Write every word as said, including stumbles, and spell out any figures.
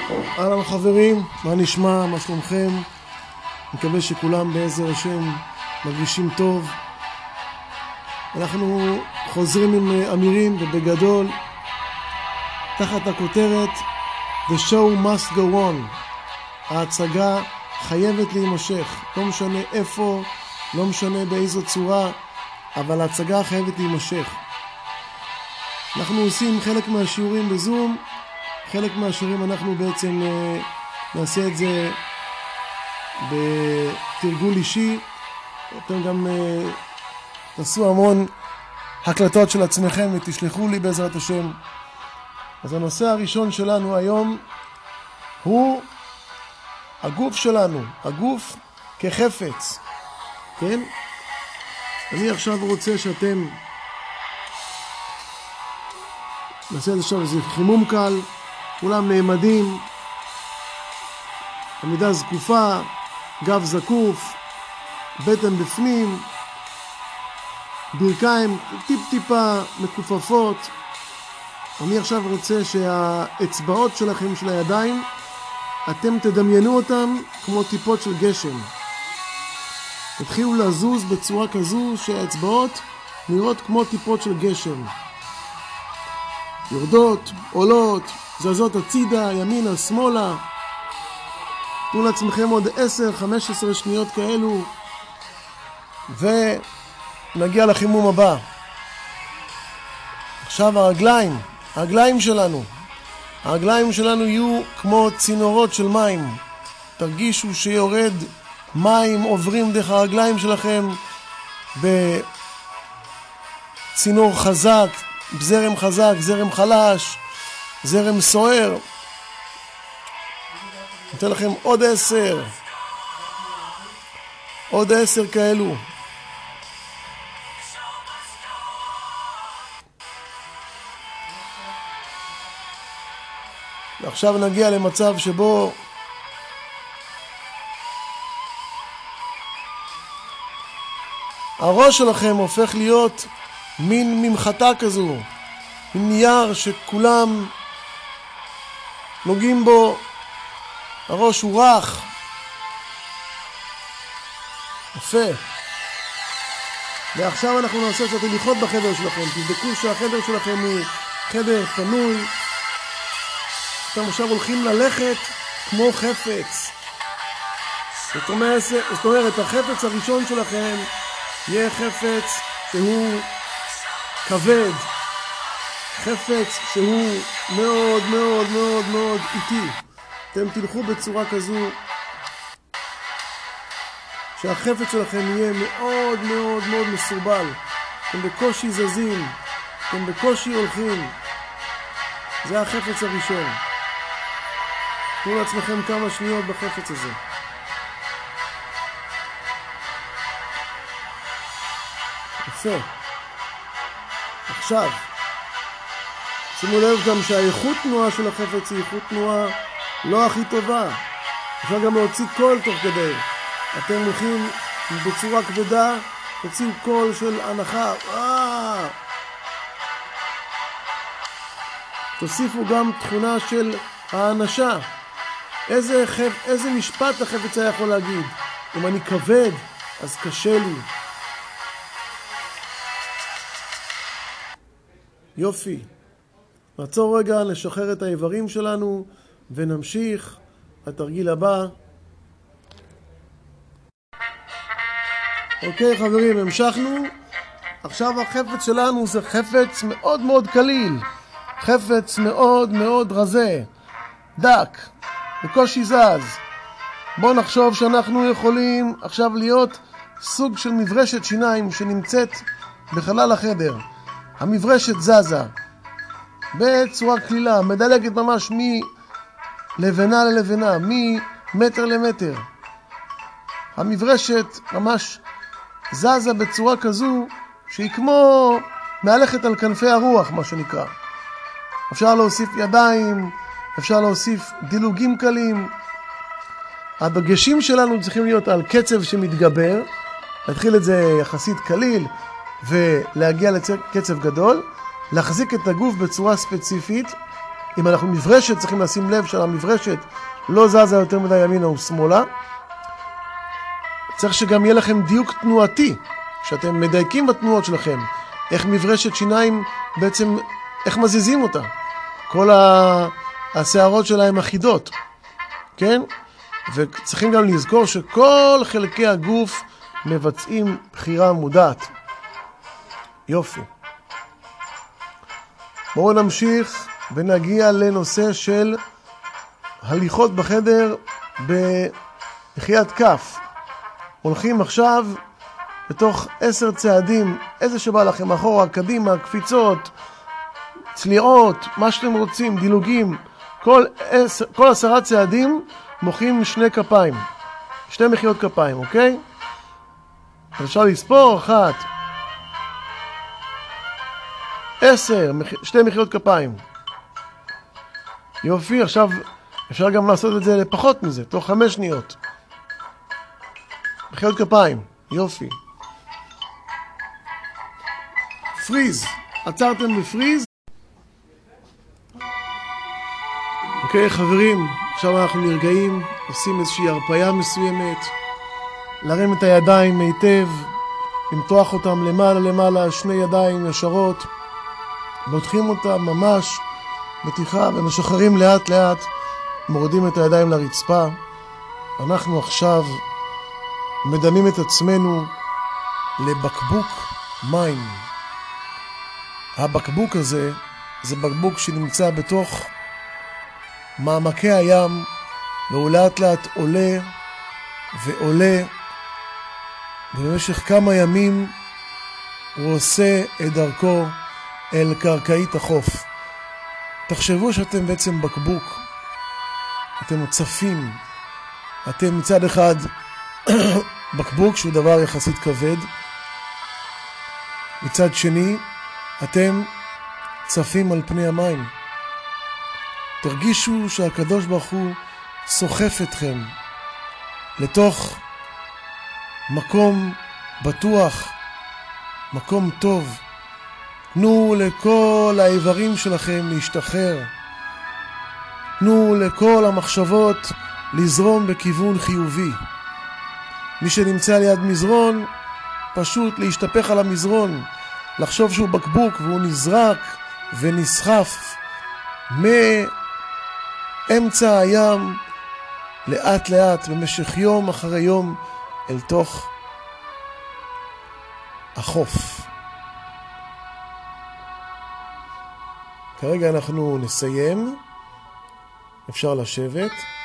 אהלן חברים, מה נשמע? מה שלומכם? מקווה שכולם בעזר השם מרגישים טוב. אנחנו חוזרים עם אמירים ובגדול תחת הכותרת The show must go on. ההצגה חייבת להימשך, לא משנה איפה, לא משנה באיזו צורה, אבל ההצגה חייבת להימשך. אנחנו עושים חלק מהשיעורים בזום, חלק מהשיעורים אנחנו בעצם uh, נעשה את זה בתרגול אישי. אתם גם uh, תעשו המון הקלטות של עצמכם ותשלחו לי בעזרת השם. אז הנושא הראשון שלנו היום הוא הגוף שלנו, הגוף כחפץ. כן? אני עכשיו רוצה שאתם נעשה את זה עכשיו, זה חימום קל, כולם נעמדים, עמידה זקופה, גב זקוף, בטן בפנים, ברכיים טיפ טיפה מכופפות. אני עכשיו רוצה שהאצבעות שלכם של הידיים, אתם תדמיינו אותם כמו טיפות של גשם. תתחילו לזוז בצורה כזו שהאצבעות נראות כמו טיפות של גשם. יורדות, עולות, זזות הצידה, ימינה, שמאלה. תנו לעצמכם עוד עשר חמש עשרה שניות כאלו ונגיע לחימום הבא. עכשיו הרגליים, הרגליים שלנו. הרגליים שלנו יהיו כמו צינורות של מים. תרגישו שיורד מים עוברים דרך הרגליים שלכם בצינור חזק, זרם חזק, זרם חלש, זרם סוער. נותן לכם עוד עשר, עוד עשר כאלו. ועכשיו נגיע למצב שבו הראש שלכם הופך להיות מין ממחטה כזו, מין נייר שכולם נוגעים בו. הראש הוא רך. יפה. ועכשיו אנחנו נעשה קצת הליכות בחדר שלכם. תבדקו שהחדר שלכם הוא חדר פנוי. אתם עכשיו הולכים ללכת כמו חפץ. זאת אומרת, זאת אומרת, החפץ הראשון שלכם יהיה חפץ שהוא כבד, חפץ שהוא מאוד מאוד מאוד מאוד איטי. אתם תלכו בצורה כזו שהחפץ שלכם יהיה מאוד מאוד מאוד מסורבל. אתם בקושי זזים, אתם בקושי הולכים. זה החפץ הראשון. תנו לעצמכם כמה שניות בחפץ הזה. יפה. עכשיו שימו לב גם שהאיכות תנועה של החפץ היא איכות תנועה לא הכי טובה. אפשר גם להוציא קול תוך כדי. אתם הולכים בצורה כבדה, תוציאו קול של הנחה. אה! תוסיפו גם תכונה של האנשה. איזה, חפ... איזה משפט החפץ היה יכול להגיד? אם אני כבד, אז קשה לי. יופי. נעצור רגע, נשחרר את האיברים שלנו ונמשיך לתרגיל הבא. אוקיי חברים, המשכנו. עכשיו החפץ שלנו זה חפץ מאוד מאוד קליל. חפץ מאוד מאוד רזה, דק, בקושי זז. בואו נחשוב שאנחנו יכולים עכשיו להיות סוג של מברשת שיניים שנמצאת בחלל החדר. המברשת זזה בצורה כלילה, מדלגת ממש מלבנה ללבנה, ממטר למטר. המברשת ממש זזה בצורה כזו שהיא כמו מהלכת על כנפי הרוח, מה שנקרא. אפשר להוסיף ידיים, אפשר להוסיף דילוגים קלים. הדגשים שלנו צריכים להיות על קצב שמתגבר, להתחיל את זה יחסית קליל ולהגיע לקצב גדול, להחזיק את הגוף בצורה ספציפית, אם אנחנו מברשת, צריכים לשים לב שהמברשת לא זזה יותר מדי ימינה ושמאלה. צריך שגם יהיה לכם דיוק תנועתי, שאתם מדייקים בתנועות שלכם. איך מברשת שיניים בעצם, איך מזיזים אותה. כל השערות שלהם אחידות, כן? וצריכים גם לזכור שכל חלקי הגוף מבצעים בחירה מודעת. יופי. בואו נמשיך ונגיע לנושא של הליכות בחדר בחיית כף. הולכים עכשיו בתוך עשר צעדים, איזה שבא לכם, אחורה, קדימה, קפיצות, צליעות, מה שאתם רוצים, דילוגים. כל, עשר, כל עשרה צעדים מוחאים שני כפיים, שתי מחיאות כפיים, אוקיי? אפשר לספור, אחת, עשר, שתי מחיאות כפיים. יופי, עכשיו אפשר גם לעשות את זה לפחות מזה, תוך חמש שניות. מחיאות כפיים, יופי. פריז, עצרתם בפריז. אוקיי, חברים, עכשיו אנחנו נרגעים, עושים איזושהי הרפאיה מסוימת, להרים את הידיים היטב, למתוח אותם למעלה למעלה, שני ידיים ישרות, מותחים אותם ממש מתיחה ומשחררים לאט לאט, מורדים את הידיים לרצפה. אנחנו עכשיו מדמים את עצמנו לבקבוק מים. הבקבוק הזה זה בקבוק שנמצא בתוך מעמקי הים, והוא לאט לאט עולה ועולה, ובמשך כמה ימים הוא עושה את דרכו אל קרקעית החוף. תחשבו שאתם בעצם בקבוק, אתם צפים, אתם מצד אחד בקבוק שהוא דבר יחסית כבד, מצד שני אתם צפים על פני המים. תרגישו שהקדוש ברוך הוא סוחף אתכם לתוך מקום בטוח, מקום טוב. תנו לכל האיברים שלכם להשתחרר. תנו לכל המחשבות לזרום בכיוון חיובי. מי שנמצא ליד מזרון, פשוט להשתפך על המזרון, לחשוב שהוא בקבוק והוא נזרק ונסחף מאמצע הים לאט לאט במשך יום אחרי יום אל תוך החוף. כרגע אנחנו נסיים, אפשר לשבת.